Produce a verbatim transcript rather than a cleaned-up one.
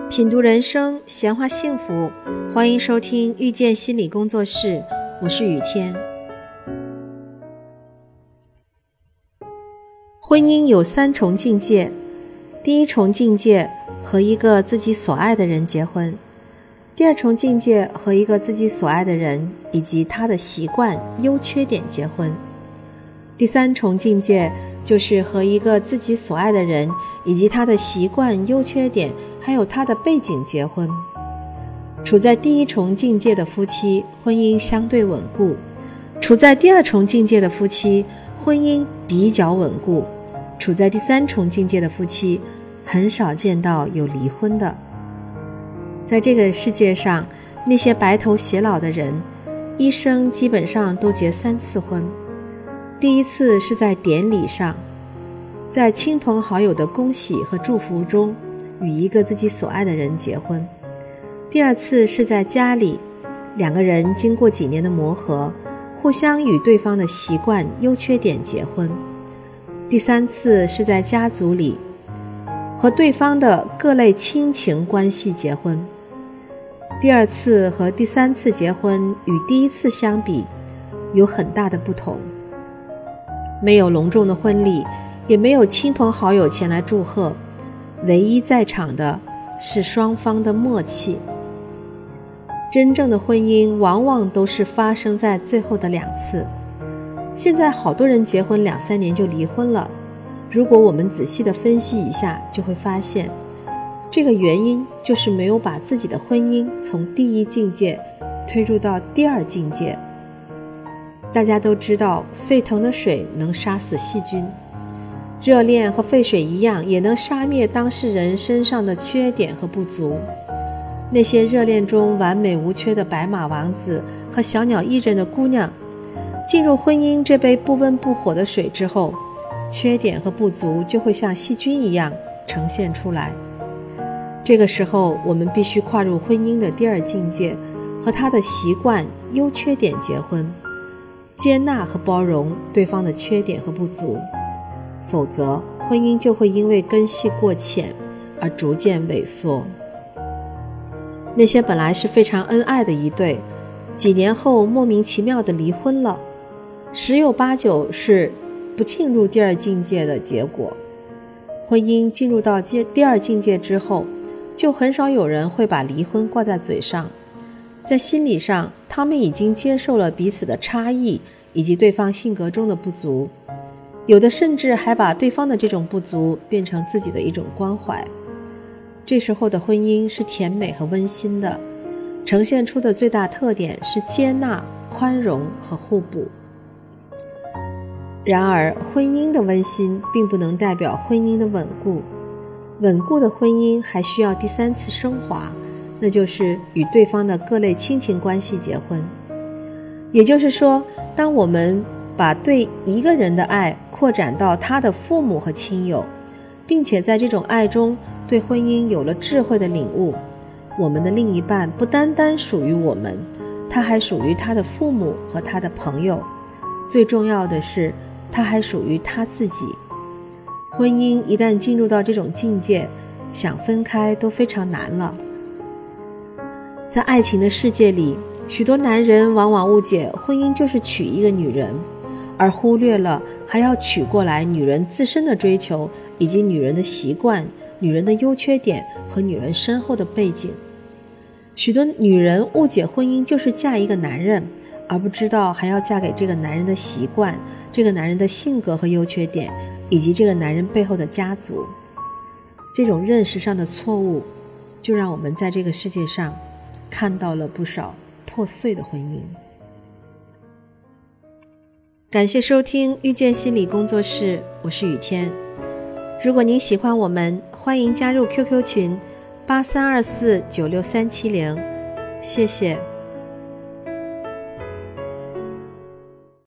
品读人生，闲话幸福，欢迎收听遇见心理工作室，我是雨天。婚姻有三重境界，第一重境界和一个自己所爱的人结婚，第二重境界和一个自己所爱的人以及他的习惯、优缺点结婚，第三重境界就是和一个自己所爱的人以及他的习惯、优缺点还有他的背景结婚。处在第一重境界的夫妻，婚姻相对稳固；处在第二重境界的夫妻，婚姻比较稳固；处在第三重境界的夫妻，很少见到有离婚的。在这个世界上，那些白头偕老的人，一生基本上都结三次婚。第一次是在典礼上，在亲朋好友的恭喜和祝福中，与一个自己所爱的人结婚。第二次是在家里，两个人经过几年的磨合，互相与对方的习惯、优缺点结婚。第三次是在家族里，和对方的各类亲情关系结婚。第二次和第三次结婚与第一次相比，有很大的不同。没有隆重的婚礼，也没有亲朋好友前来祝贺，唯一在场的是双方的默契。真正的婚姻往往都是发生在最后的两次。现在好多人结婚两三年就离婚了，如果我们仔细地分析一下，就会发现这个原因就是没有把自己的婚姻从第一境界推入到第二境界。大家都知道，沸腾的水能杀死细菌，热恋和沸水一样，也能杀灭当事人身上的缺点和不足。那些热恋中完美无缺的白马王子和小鸟依人的姑娘，进入婚姻这杯不温不火的水之后，缺点和不足就会像细菌一样呈现出来。这个时候，我们必须跨入婚姻的第二境界，和他的习惯、优缺点结婚，接纳和包容对方的缺点和不足，否则婚姻就会因为根系过浅而逐渐萎缩。那些本来是非常恩爱的一对，几年后莫名其妙地离婚了，十有八九是不进入第二境界的结果。婚姻进入到第二境界之后，就很少有人会把离婚挂在嘴上，在心理上，他们已经接受了彼此的差异以及对方性格中的不足，有的甚至还把对方的这种不足变成自己的一种关怀。这时候的婚姻是甜美和温馨的，呈现出的最大特点是接纳、宽容和互补。然而，婚姻的温馨并不能代表婚姻的稳固，稳固的婚姻还需要第三次升华，那就是与对方的各类亲情关系结婚。也就是说，当我们把对一个人的爱扩展到他的父母和亲友，并且在这种爱中对婚姻有了智慧的领悟，我们的另一半不单单属于我们，他还属于他的父母和他的朋友，最重要的是他还属于他自己。婚姻一旦进入到这种境界，想分开都非常难了。在爱情的世界里，许多男人往往误解婚姻就是娶一个女人，而忽略了还要娶过来女人自身的追求，以及女人的习惯、女人的优缺点和女人身后的背景。许多女人误解婚姻就是嫁一个男人，而不知道还要嫁给这个男人的习惯、这个男人的性格和优缺点，以及这个男人背后的家族。这种认识上的错误，就让我们在这个世界上看到了不少破碎的婚姻。感谢收听遇见心理工作室，我是雨天。如果您喜欢我们，欢迎加入 Q Q 群八三二四九六三七零，谢谢。